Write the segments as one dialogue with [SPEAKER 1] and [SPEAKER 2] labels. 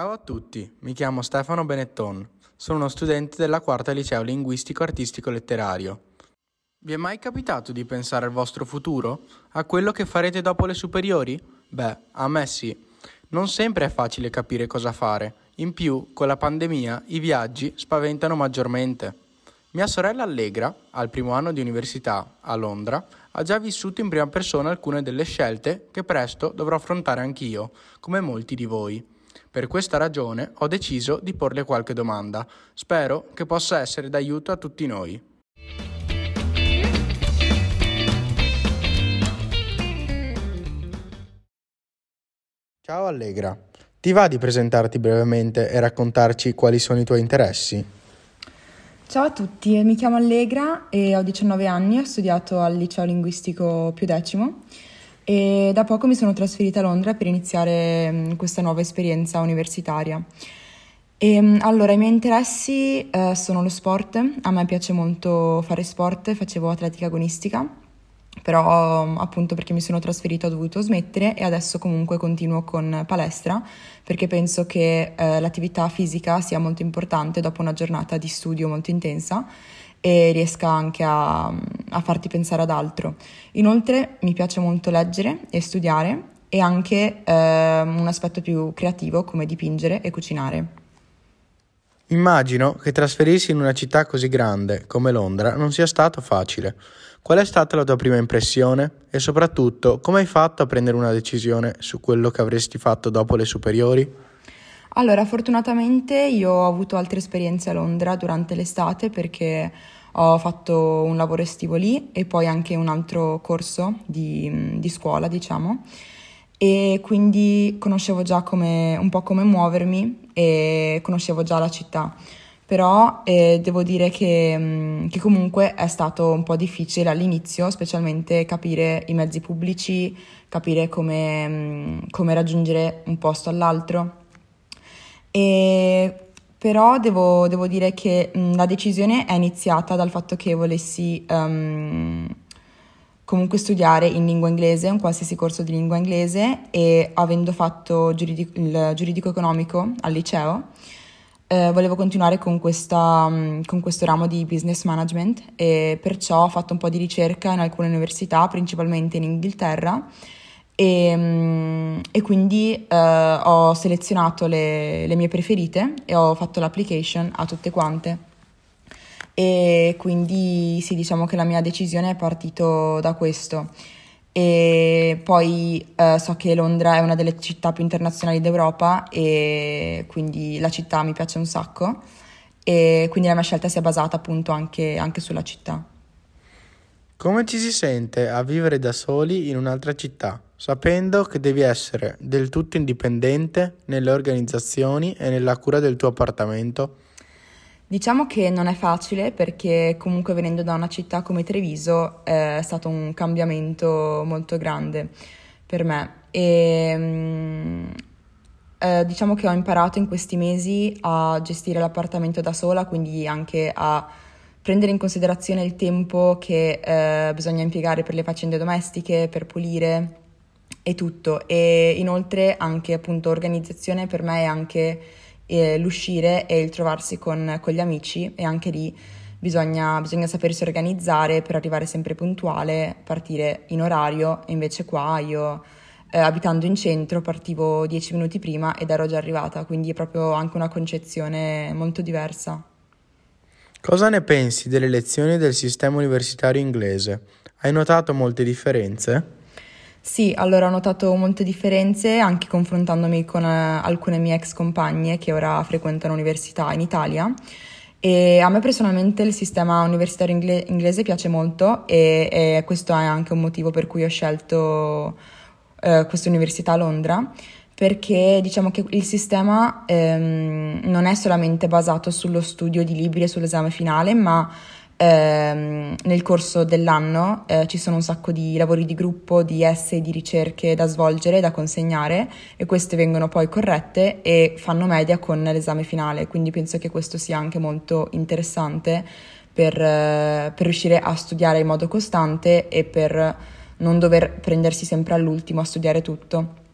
[SPEAKER 1] Ciao a tutti, mi chiamo Stefano Benetton, sono uno studente della quarta liceo linguistico artistico letterario. Vi è mai capitato di pensare al vostro futuro? A quello che farete dopo le superiori? Beh, a me sì. Non sempre è facile capire cosa fare, in più con la pandemia i viaggi spaventano maggiormente. Mia sorella Allegra, al primo anno di università a Londra, ha già vissuto in prima persona alcune delle scelte che presto dovrò affrontare anch'io, come molti di voi. Per questa ragione ho deciso di porle qualche domanda. Spero che possa essere d'aiuto a tutti noi. Ciao Allegra, ti va di presentarti brevemente e raccontarci quali sono i tuoi interessi?
[SPEAKER 2] Ciao a tutti, mi chiamo Allegra e ho 19 anni, ho studiato al liceo linguistico X e da poco mi sono trasferita a Londra per iniziare questa nuova esperienza universitaria. Allora, i miei interessi sono lo sport, a me piace molto fare sport, facevo atletica agonistica, però appunto perché mi sono trasferita ho dovuto smettere e adesso comunque continuo con palestra perché penso che l'attività fisica sia molto importante dopo una giornata di studio molto intensa e riesca anche a farti pensare ad altro. Inoltre mi piace molto leggere e studiare e anche un aspetto più creativo come dipingere e cucinare.
[SPEAKER 1] Immagino che trasferirsi in una città così grande come Londra non sia stato facile. Qual è stata la tua prima impressione? E soprattutto, come hai fatto a prendere una decisione su quello che avresti fatto dopo le superiori?
[SPEAKER 2] Allora, fortunatamente io ho avuto altre esperienze a Londra durante l'estate perché ho fatto un lavoro estivo lì e poi anche un altro corso di scuola, diciamo, e quindi conoscevo già un po' come muovermi e conoscevo già la città. Però devo dire che comunque è stato un po' difficile all'inizio, specialmente capire i mezzi pubblici, capire come raggiungere un posto all'altro. E però devo dire che la decisione è iniziata dal fatto che volessi comunque studiare in lingua inglese, un qualsiasi corso di lingua inglese e avendo fatto il giuridico economico al liceo, volevo continuare con questo ramo di business management e perciò ho fatto un po' di ricerca in alcune università, principalmente in Inghilterra e quindi ho selezionato le mie preferite e ho fatto l'application a tutte quante. E quindi sì, diciamo che la mia decisione è partito da questo. E poi so che Londra è una delle città più internazionali d'Europa e quindi la città mi piace un sacco e quindi la mia scelta si è basata appunto anche sulla città.
[SPEAKER 1] Come ci si sente a vivere da soli in un'altra città, sapendo che devi essere del tutto indipendente nelle organizzazioni e nella cura del tuo appartamento?
[SPEAKER 2] Diciamo che non è facile perché comunque venendo da una città come Treviso è stato un cambiamento molto grande per me diciamo che ho imparato in questi mesi a gestire l'appartamento da sola, quindi anche a prendere in considerazione il tempo che bisogna impiegare per le faccende domestiche, per pulire e tutto. E inoltre anche appunto organizzazione per me è anche l'uscire e il trovarsi con gli amici e anche lì bisogna sapersi organizzare per arrivare sempre puntuale, partire in orario e invece qua io abitando in centro partivo 10 minuti prima ed ero già arrivata, quindi è proprio anche una concezione molto diversa.
[SPEAKER 1] Cosa ne pensi delle lezioni del sistema universitario inglese? Hai notato molte differenze?
[SPEAKER 2] Sì, allora ho notato molte differenze anche confrontandomi con alcune mie ex compagne che ora frequentano università in Italia e a me personalmente il sistema universitario inglese piace molto e questo è anche un motivo per cui ho scelto questa università a Londra perché diciamo che il sistema non è solamente basato sullo studio di libri e sull'esame finale, ma nel corso dell'anno ci sono un sacco di lavori di gruppo, di essay, di ricerche da svolgere, da consegnare e queste vengono poi corrette e fanno media con l'esame finale, quindi penso che questo sia anche molto interessante per riuscire a studiare in modo costante e per non dover prendersi sempre all'ultimo a studiare tutto.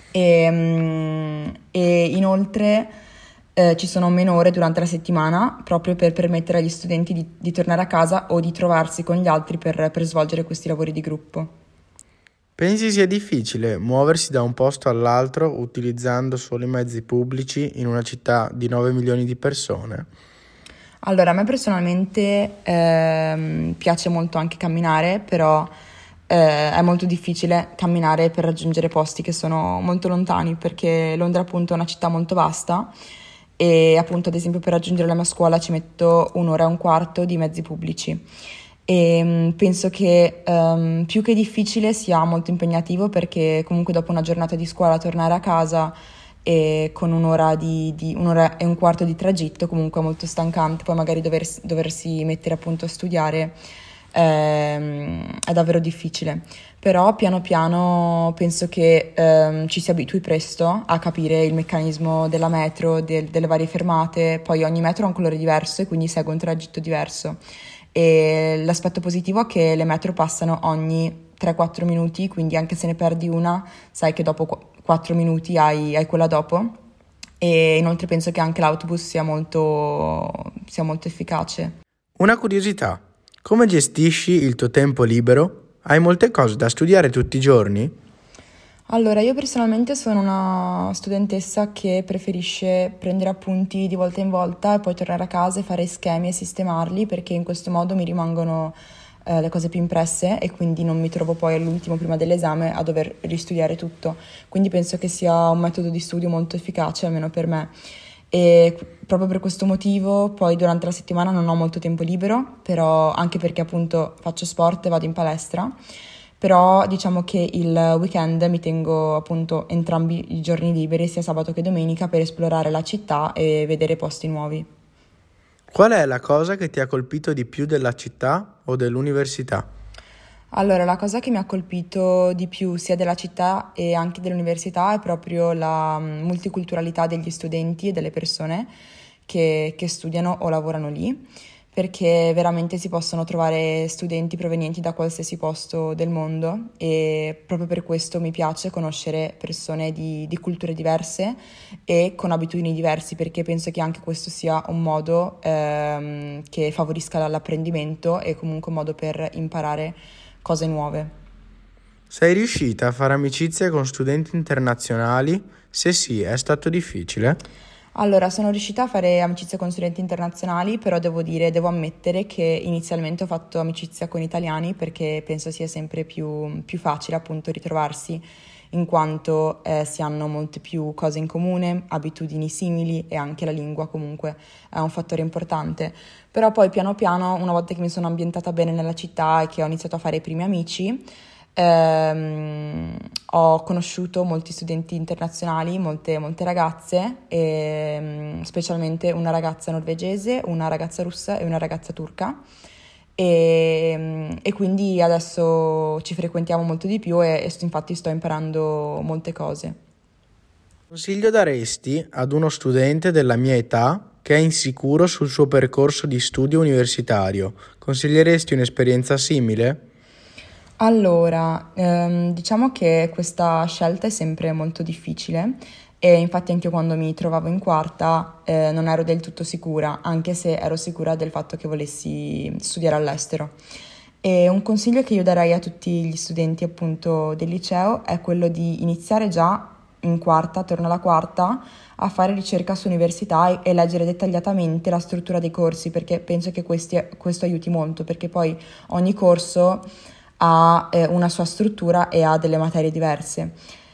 [SPEAKER 2] e inoltre ci sono meno ore durante la settimana proprio per permettere agli studenti di tornare a casa o di trovarsi con gli altri per svolgere questi lavori di gruppo.
[SPEAKER 1] Pensi sia difficile muoversi da un posto all'altro utilizzando solo i mezzi pubblici in una città di 9 milioni di persone?
[SPEAKER 2] Allora, a me personalmente piace molto anche camminare, però è molto difficile camminare per raggiungere posti che sono molto lontani, perché Londra appunto è una città molto vasta e appunto ad esempio per raggiungere la mia scuola ci metto 1 ora e un quarto di mezzi pubblici. E penso che più che difficile sia molto impegnativo, perché comunque dopo una giornata di scuola tornare a casa e con 1 ora e un quarto di tragitto comunque è molto stancante, poi magari doversi mettere appunto a studiare è davvero difficile. Però piano piano penso che ci si abitui presto a capire il meccanismo della metro, delle varie fermate, poi ogni metro ha un colore diverso e quindi segue un tragitto diverso. E l'aspetto positivo è che le metro passano ogni 3-4 minuti, quindi anche se ne perdi una, sai che dopo 4 minuti hai quella dopo. E inoltre penso che anche l'autobus sia molto efficace.
[SPEAKER 1] Una curiosità, come gestisci il tuo tempo libero? Hai molte cose da studiare tutti i giorni?
[SPEAKER 2] Allora, io personalmente sono una studentessa che preferisce prendere appunti di volta in volta e poi tornare a casa e fare schemi e sistemarli, perché in questo modo mi rimangono le cose più impresse e quindi non mi trovo poi all'ultimo prima dell'esame a dover ristudiare tutto. Quindi penso che sia un metodo di studio molto efficace, almeno per me. E proprio per questo motivo poi durante la settimana non ho molto tempo libero, però anche perché appunto faccio sport e vado in palestra. Però diciamo che il weekend mi tengo appunto entrambi i giorni liberi, sia sabato che domenica, per esplorare la città e vedere posti nuovi.
[SPEAKER 1] Qual è la cosa che ti ha colpito di più della città o dell'università?
[SPEAKER 2] Allora, la cosa che mi ha colpito di più sia della città e anche dell'università è proprio la multiculturalità degli studenti e delle persone che studiano o lavorano lì, perché veramente si possono trovare studenti provenienti da qualsiasi posto del mondo e proprio per questo mi piace conoscere persone di culture diverse e con abitudini diversi, perché penso che anche questo sia un modo che favorisca l'apprendimento e comunque un modo per imparare cose nuove.
[SPEAKER 1] Sei riuscita a fare amicizia con studenti internazionali? Se sì, è stato difficile?
[SPEAKER 2] Allora, sono riuscita a fare amicizia con studenti internazionali, però devo ammettere che inizialmente ho fatto amicizia con italiani, perché penso sia sempre più facile appunto ritrovarsi, in quanto si hanno molte più cose in comune, abitudini simili e anche la lingua comunque è un fattore importante. Però poi piano piano, una volta che mi sono ambientata bene nella città e che ho iniziato a fare i primi amici, ho conosciuto molti studenti internazionali, molte ragazze, specialmente una ragazza norvegese, una ragazza russa e una ragazza turca. E quindi adesso ci frequentiamo molto di più e infatti sto imparando molte cose.
[SPEAKER 1] Consiglio daresti ad uno studente della mia età che è insicuro sul suo percorso di studio universitario? Consiglieresti un'esperienza simile?
[SPEAKER 2] Allora, diciamo che questa scelta è sempre molto difficile e infatti anche io quando mi trovavo in quarta non ero del tutto sicura, anche se ero sicura del fatto che volessi studiare all'estero. E un consiglio che io darei a tutti gli studenti appunto del liceo è quello di iniziare già in quarta, attorno alla quarta, a fare ricerca su università e leggere dettagliatamente la struttura dei corsi, perché penso che questo aiuti molto, perché poi ogni corso ha una sua struttura e ha delle materie diverse.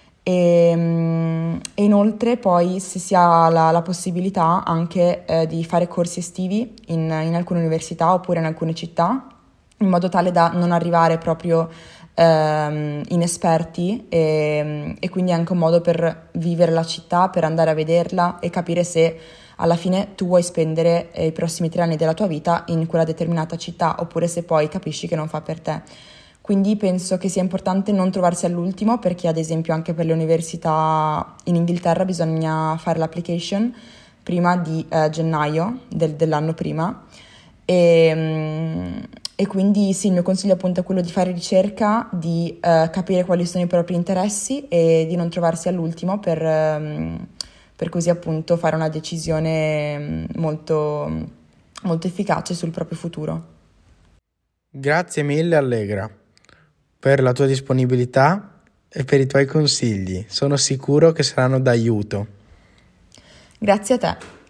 [SPEAKER 2] E inoltre poi se si ha la possibilità anche di fare corsi estivi in alcune università oppure in alcune città, in modo tale da non arrivare proprio inesperti e quindi è anche un modo per vivere la città, per andare a vederla e capire se alla fine tu vuoi spendere i prossimi 3 anni della tua vita in quella determinata città oppure se poi capisci che non fa per te. Quindi penso che sia importante non trovarsi all'ultimo, perché ad esempio anche per le università in Inghilterra bisogna fare l'application prima di gennaio dell'anno prima E quindi sì, il mio consiglio appunto è quello di fare ricerca, di capire quali sono i propri interessi e di non trovarsi all'ultimo per così appunto fare una decisione molto, molto efficace sul proprio futuro.
[SPEAKER 1] Grazie mille Allegra per la tua disponibilità e per i tuoi consigli. Sono sicuro che saranno d'aiuto.
[SPEAKER 2] Grazie a te.